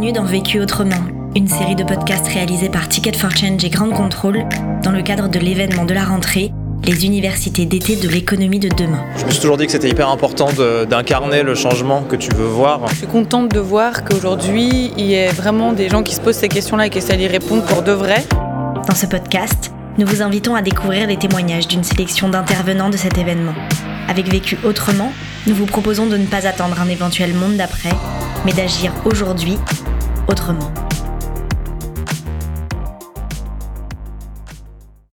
Bienvenue dans Vécu autrement, une série de podcasts réalisés par Ticket for Change et Grand Control dans le cadre de l'événement de la rentrée, les universités d'été de l'économie de demain. Je me suis toujours dit que c'était hyper important d'incarner le changement que tu veux voir. Je suis contente de voir qu'aujourd'hui, il y a vraiment des gens qui se posent ces questions-là et qui essaient d'y répondre pour de vrai. Dans ce podcast, nous vous invitons à découvrir les témoignages d'une sélection d'intervenants de cet événement. Avec Vécu autrement, nous vous proposons de ne pas attendre un éventuel monde d'après, mais d'agir aujourd'hui autrement.